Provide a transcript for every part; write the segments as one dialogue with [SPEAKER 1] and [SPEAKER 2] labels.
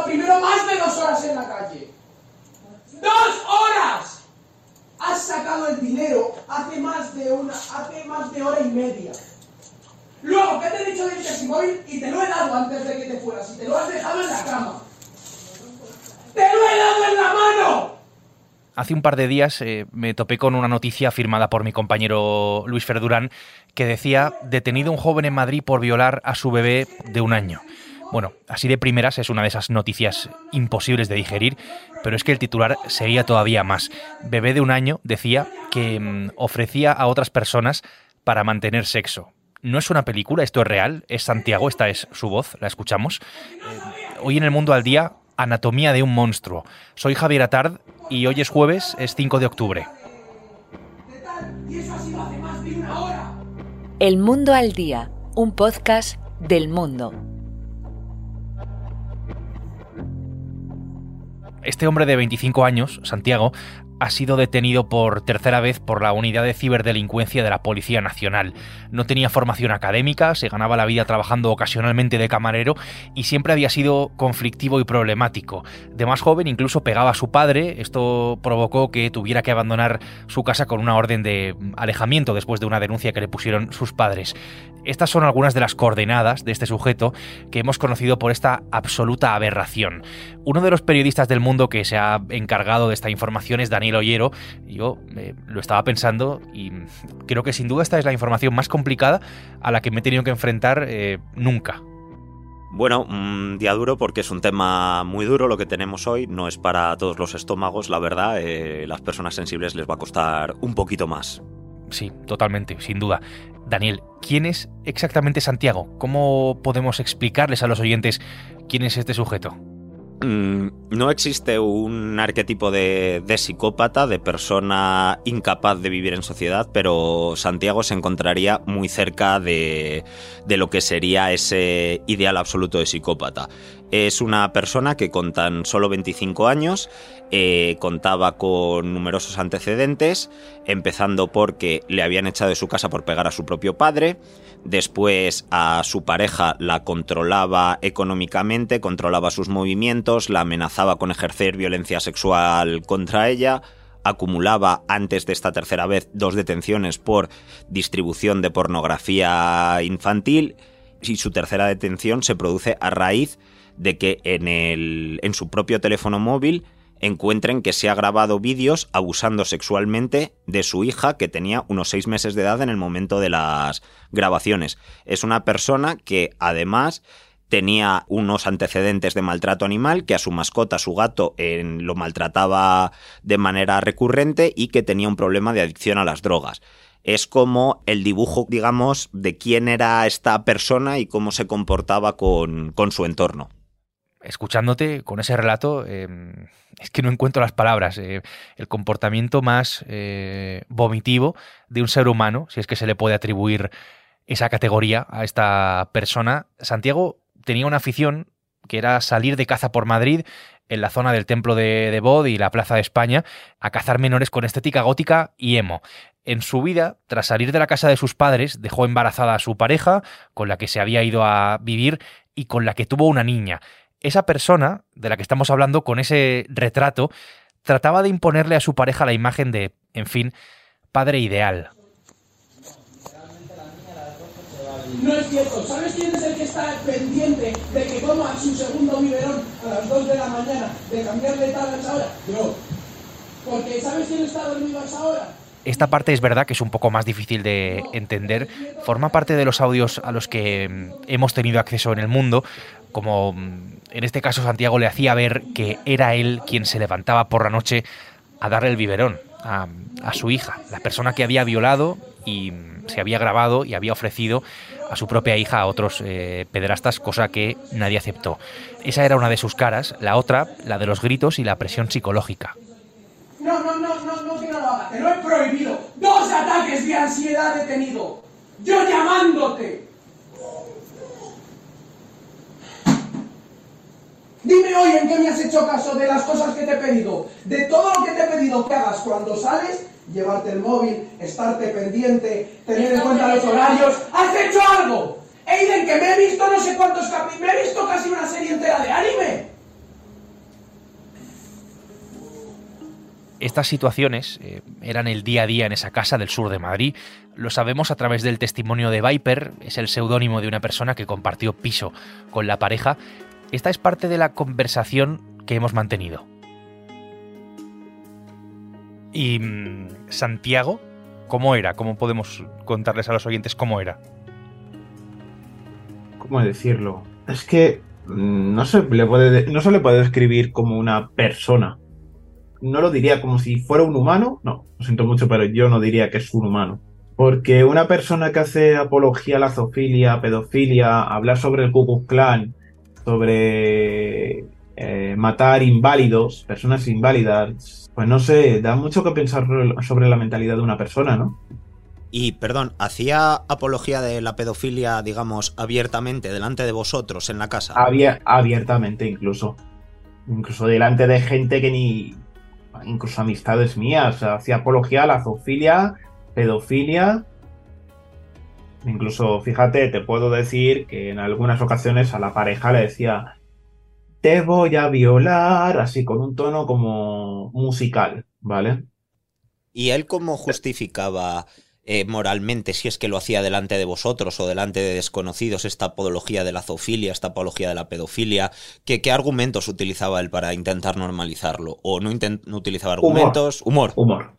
[SPEAKER 1] primero más de 2 horas en la calle. ¡2 horas! Has sacado el dinero hace más de hora y media. Luego, ¿qué te he dicho de irte sin móvil? Y te lo he dado antes de que te fueras. Y te lo has dejado en la cama. ¡Te lo he dado en la mano!
[SPEAKER 2] Hace un par de días me topé con una noticia firmada por mi compañero Luis Ferdurán que decía: detenido un joven en Madrid por violar a su bebé de 1 año. Bueno, así de primeras es una de esas noticias imposibles de digerir, pero es que el titular seguía todavía más. Bebé de 1 año decía que ofrecía a otras personas para mantener sexo. No es una película, esto es real, es Santiago, esta es su voz, la escuchamos. Hoy en El Mundo al Día, anatomía de un monstruo. Soy Javier Atard y hoy es jueves, es 5 de octubre.
[SPEAKER 3] El Mundo al Día, un podcast del Mundo.
[SPEAKER 2] Este hombre de 25 años, Santiago, ha sido detenido por tercera vez por la Unidad de Ciberdelincuencia de la Policía Nacional. No tenía formación académica, se ganaba la vida trabajando ocasionalmente de camarero y siempre había sido conflictivo y problemático. De más joven incluso pegaba a su padre. Esto provocó que tuviera que abandonar su casa con una orden de alejamiento después de una denuncia que le pusieron sus padres. Estas son algunas de las coordenadas de este sujeto que hemos conocido por esta absoluta aberración. Uno de los periodistas del Mundo que se ha encargado de esta información es Daniel Ollero. Yo lo estaba pensando y creo que sin duda esta es la información más complicada a la que me he tenido que enfrentar nunca.
[SPEAKER 4] Bueno, un día duro porque es un tema muy duro lo que tenemos hoy, no es para todos los estómagos, la verdad, las personas sensibles les va a costar un poquito más.
[SPEAKER 2] Sí, totalmente, sin duda. Daniel, ¿quién es exactamente Santiago? ¿Cómo podemos explicarles a los oyentes quién es este sujeto?
[SPEAKER 4] No existe un arquetipo de psicópata, de persona incapaz de vivir en sociedad, pero Santiago se encontraría muy cerca de lo que sería ese ideal absoluto de psicópata. Es una persona que con tan solo 25 años contaba con numerosos antecedentes, empezando porque le habían echado de su casa por pegar a su propio padre. Después a su pareja la controlaba económicamente, controlaba sus movimientos, la amenazaba con ejercer violencia sexual contra ella, acumulaba antes de esta tercera vez 2 detenciones por distribución de pornografía infantil y su tercera detención se produce a raíz de que en su propio teléfono móvil encuentren que se ha grabado vídeos abusando sexualmente de su hija, que tenía unos 6 meses de edad en el momento de las grabaciones. Es una persona que además tenía unos antecedentes de maltrato animal, que a su mascota, su gato, lo maltrataba de manera recurrente y que tenía un problema de adicción a las drogas. Es como el dibujo, digamos, de quién era esta persona y cómo se comportaba con su entorno.
[SPEAKER 2] Escuchándote con ese relato, es que no encuentro las palabras. El comportamiento más vomitivo de un ser humano, si es que se le puede atribuir esa categoría a esta persona. Santiago tenía una afición que era salir de caza por Madrid, en la zona del Templo de Bod y la Plaza de España, a cazar menores con estética gótica y emo. En su vida, tras salir de la casa de sus padres, dejó embarazada a su pareja, con la que se había ido a vivir y con la que tuvo una niña. Esa persona de la que estamos hablando, con ese retrato, trataba de imponerle a su pareja la imagen de, en fin, padre ideal.
[SPEAKER 1] No es cierto. ¿Sabes quién es el que está pendiente de que coma su segundo biberón a las 2 de la mañana, de cambiarle tal a esa hora? Yo. Porque ¿sabes quién está dormido a esa hora?
[SPEAKER 2] Esta parte es verdad que es un poco más difícil de entender. Forma parte de los audios a los que hemos tenido acceso en El Mundo, como en este caso Santiago le hacía ver que era él quien se levantaba por la noche a darle el biberón a su hija, la persona que había violado y se había grabado y había ofrecido a su propia hija a otros pederastas, cosa que nadie aceptó. Esa era una de sus caras, la otra, la de los gritos y la presión psicológica.
[SPEAKER 1] No, que no lo haga, te lo he prohibido. 2 ataques de ansiedad he tenido. Yo llamándote. Dime hoy en qué me has hecho caso de las cosas que te he pedido. De todo lo que te he pedido que hagas cuando sales, llevarte el móvil, estarte pendiente, tener en cuenta los horarios. ¿Has hecho algo? Eiden, que me he visto no sé cuántos capítulos, me he visto casi una serie entera de anime.
[SPEAKER 2] Estas situaciones eran el día a día en esa casa del sur de Madrid. Lo sabemos a través del testimonio de Viper, es el seudónimo de una persona que compartió piso con la pareja. Esta es parte de la conversación que hemos mantenido. Y Santiago, ¿cómo era? ¿Cómo podemos contarles a los oyentes cómo era?
[SPEAKER 5] ¿Cómo decirlo? Es que no se le puede describir como una persona. No lo diría como si fuera un humano. No, lo siento mucho, pero yo no diría que es un humano. Porque una persona que hace apología a la zoofilia, pedofilia, hablar sobre el Ku Klux Klan, sobre matar inválidos, personas inválidas, pues no sé, da mucho que pensar sobre la mentalidad de una persona, ¿no?
[SPEAKER 4] Y, perdón, ¿hacía apología de la pedofilia, digamos, abiertamente delante de vosotros en la casa?
[SPEAKER 5] Abiertamente, incluso delante de gente que ni... incluso amistades mías, hacía apología a la zoofilia, pedofilia. Incluso, fíjate, te puedo decir que en algunas ocasiones a la pareja le decía: te voy a violar, así con un tono como musical, ¿vale?
[SPEAKER 4] ¿Y él cómo justificaba moralmente, si es que lo hacía delante de vosotros o delante de desconocidos, esta apología de la zoofilia, esta apología de la pedofilia? ¿Qué argumentos utilizaba él para intentar normalizarlo? ¿O no utilizaba argumentos? Humor.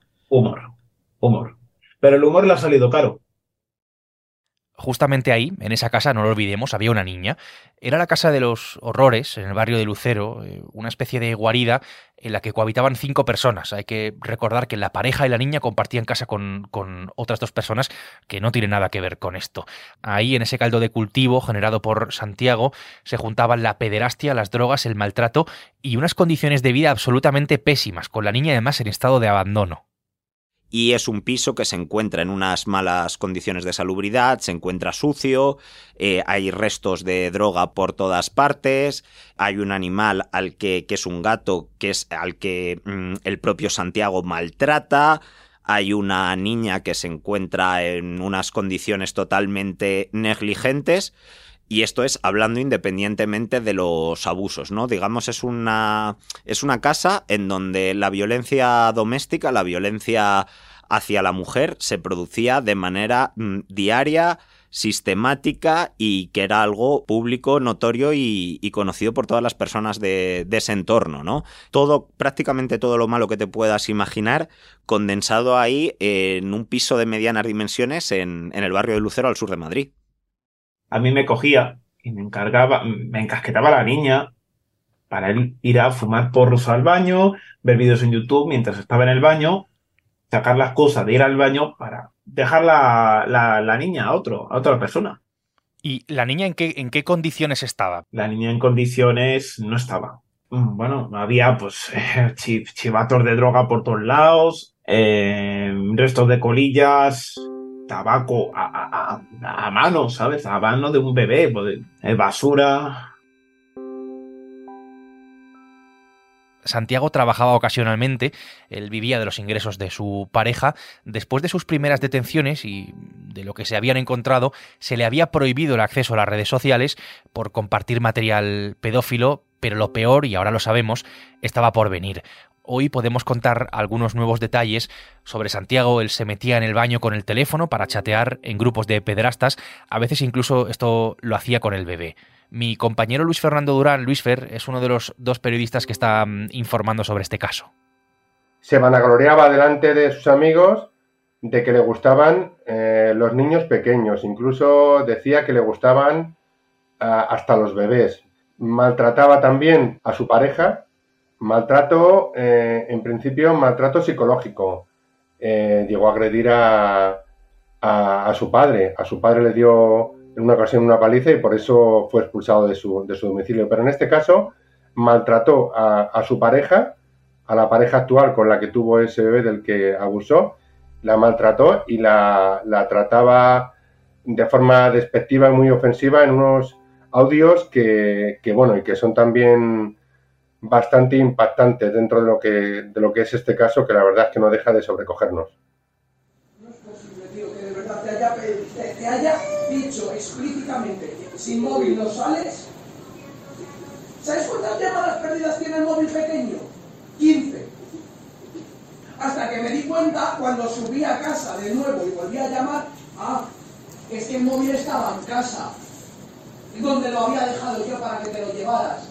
[SPEAKER 5] Pero el humor le ha salido caro.
[SPEAKER 2] Justamente ahí, en esa casa, no lo olvidemos, había una niña. Era la casa de los horrores, en el barrio de Lucero, una especie de guarida en la que cohabitaban 5 personas. Hay que recordar que la pareja y la niña compartían casa con otras 2 personas que no tienen nada que ver con esto. Ahí, en ese caldo de cultivo generado por Santiago, se juntaban la pederastia, las drogas, el maltrato y unas condiciones de vida absolutamente pésimas, con la niña además en estado de abandono.
[SPEAKER 4] Y es un piso que se encuentra en unas malas condiciones de salubridad, se encuentra sucio, hay restos de droga por todas partes, hay un animal que es un gato, que es al que el propio Santiago maltrata, hay una niña que se encuentra en unas condiciones totalmente negligentes. Y esto es hablando independientemente de los abusos, ¿no? Digamos, es una casa en donde la violencia doméstica, la violencia hacia la mujer, se producía de manera diaria, sistemática, y que era algo público, notorio y conocido por todas las personas de ese entorno, ¿no? Prácticamente todo lo malo que te puedas imaginar condensado ahí en un piso de medianas dimensiones en el barrio de Lucero, al sur de Madrid.
[SPEAKER 5] A mí me cogía y me encasquetaba a la niña para ir a fumar porros al baño, ver vídeos en YouTube mientras estaba en el baño, sacar las cosas de ir al baño para dejar la niña a otra persona.
[SPEAKER 2] ¿Y la niña en qué condiciones estaba?
[SPEAKER 5] La niña en condiciones no estaba. Bueno, había pues chivatos de droga por todos lados, restos de colillas, tabaco a mano, ¿sabes? A mano de un bebé, basura.
[SPEAKER 2] Santiago trabajaba ocasionalmente, él vivía de los ingresos de su pareja. Después de sus primeras detenciones y de lo que se habían encontrado, se le había prohibido el acceso a las redes sociales por compartir material pedófilo, pero lo peor, y ahora lo sabemos, estaba por venir. Hoy podemos contar algunos nuevos detalles sobre Santiago. Él se metía en el baño con el teléfono para chatear en grupos de pederastas. A veces incluso esto lo hacía con el bebé. Mi compañero Luis Fernando Durán, Luisfer, es uno de los 2 periodistas que está informando sobre este caso.
[SPEAKER 6] Se vanagloriaba delante de sus amigos de que le gustaban los niños pequeños. Incluso decía que le gustaban hasta los bebés. Maltrataba también a su pareja. Maltrato, en principio, maltrato psicológico. Llegó a agredir a su padre. A su padre le dio en una ocasión una paliza y por eso fue expulsado de su domicilio. Pero en este caso maltrató a su pareja, a la pareja actual con la que tuvo ese bebé del que abusó, la maltrató y la trataba de forma despectiva y muy ofensiva en unos audios que son también bastante impactantes dentro de lo que es este caso, que la verdad es que no deja de sobrecogernos.
[SPEAKER 1] No es posible, tío, que de verdad te haya dicho explícitamente que sin móvil no sales. ¿Sabes cuántas llamadas perdidas tiene el móvil pequeño? 15. Hasta que me di cuenta cuando subí a casa de nuevo y volví a llamar, es que el móvil estaba en casa, donde lo había dejado yo para que te lo llevaras.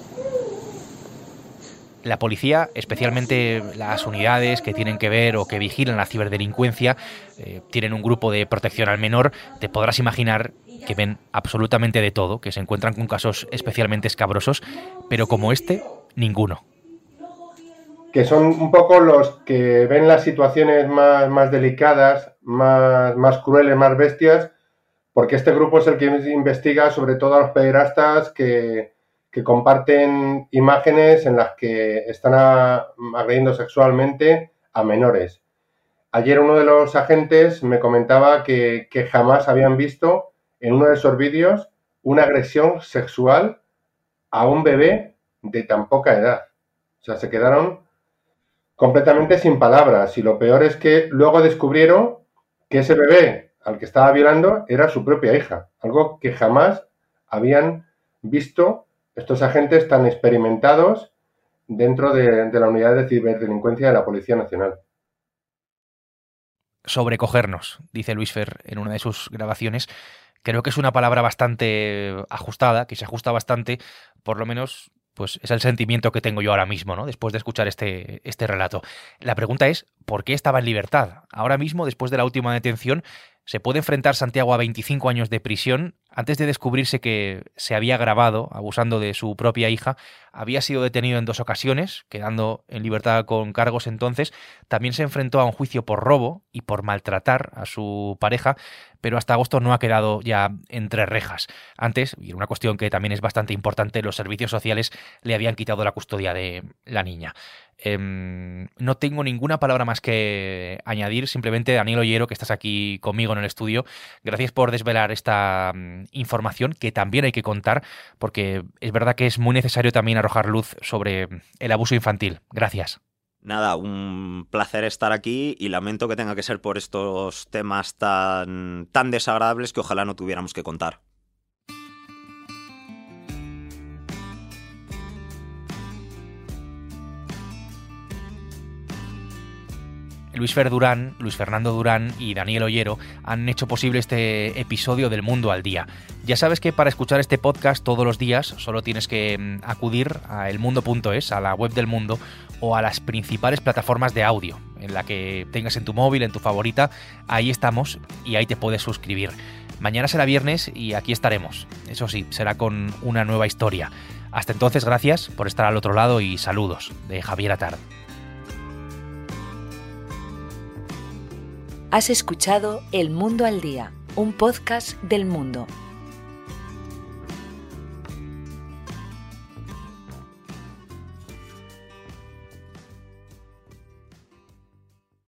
[SPEAKER 2] La policía, especialmente las unidades que tienen que ver o que vigilan la ciberdelincuencia, tienen un grupo de protección al menor. Te podrás imaginar que ven absolutamente de todo, que se encuentran con casos especialmente escabrosos, pero como este, ninguno.
[SPEAKER 6] Que son un poco los que ven las situaciones más delicadas, más crueles, más bestias, porque este grupo es el que investiga sobre todo a los pederastas que comparten imágenes en las que están agrediendo sexualmente a menores. Ayer uno de los agentes me comentaba que jamás habían visto en uno de esos vídeos una agresión sexual a un bebé de tan poca edad. O sea, se quedaron completamente sin palabras, y lo peor es que luego descubrieron que ese bebé al que estaba violando era su propia hija, algo que jamás habían visto estos agentes tan experimentados dentro de la unidad de ciberdelincuencia de la Policía Nacional.
[SPEAKER 2] Sobrecogernos, dice Luis Fer en una de sus grabaciones. Creo que es una palabra bastante ajustada, que se ajusta bastante, por lo menos pues es el sentimiento que tengo yo ahora mismo, ¿no? Después de escuchar este relato. La pregunta es, ¿por qué estaba en libertad? Ahora mismo, después de la última detención, ¿se puede enfrentar Santiago a 25 años de prisión? Antes de descubrirse que se había grabado abusando de su propia hija, había sido detenido en 2 ocasiones, quedando en libertad con cargos entonces. También se enfrentó a un juicio por robo y por maltratar a su pareja, pero hasta agosto no ha quedado ya entre rejas. Antes, y una cuestión que también es bastante importante, los servicios sociales le habían quitado la custodia de la niña. No tengo ninguna palabra más que añadir, simplemente Daniel Ollero, que estás aquí conmigo en el estudio, gracias por desvelar esta información que también hay que contar, porque es verdad que es muy necesario también arrojar luz sobre el abuso infantil. Gracias.
[SPEAKER 4] Nada, un placer estar aquí y lamento que tenga que ser por estos temas tan desagradables que ojalá no tuviéramos que contar.
[SPEAKER 2] Luis Fernando Durán y Daniel Ollero han hecho posible este episodio del Mundo al Día. Ya sabes que para escuchar este podcast todos los días solo tienes que acudir a elmundo.es, a la web del Mundo, o a las principales plataformas de audio, en la que tengas en tu móvil, en tu favorita. Ahí estamos y ahí te puedes suscribir. Mañana será viernes y aquí estaremos. Eso sí, será con una nueva historia. Hasta entonces, gracias por estar al otro lado y saludos de Javier Atard.
[SPEAKER 3] Has escuchado El Mundo al Día, un podcast del Mundo.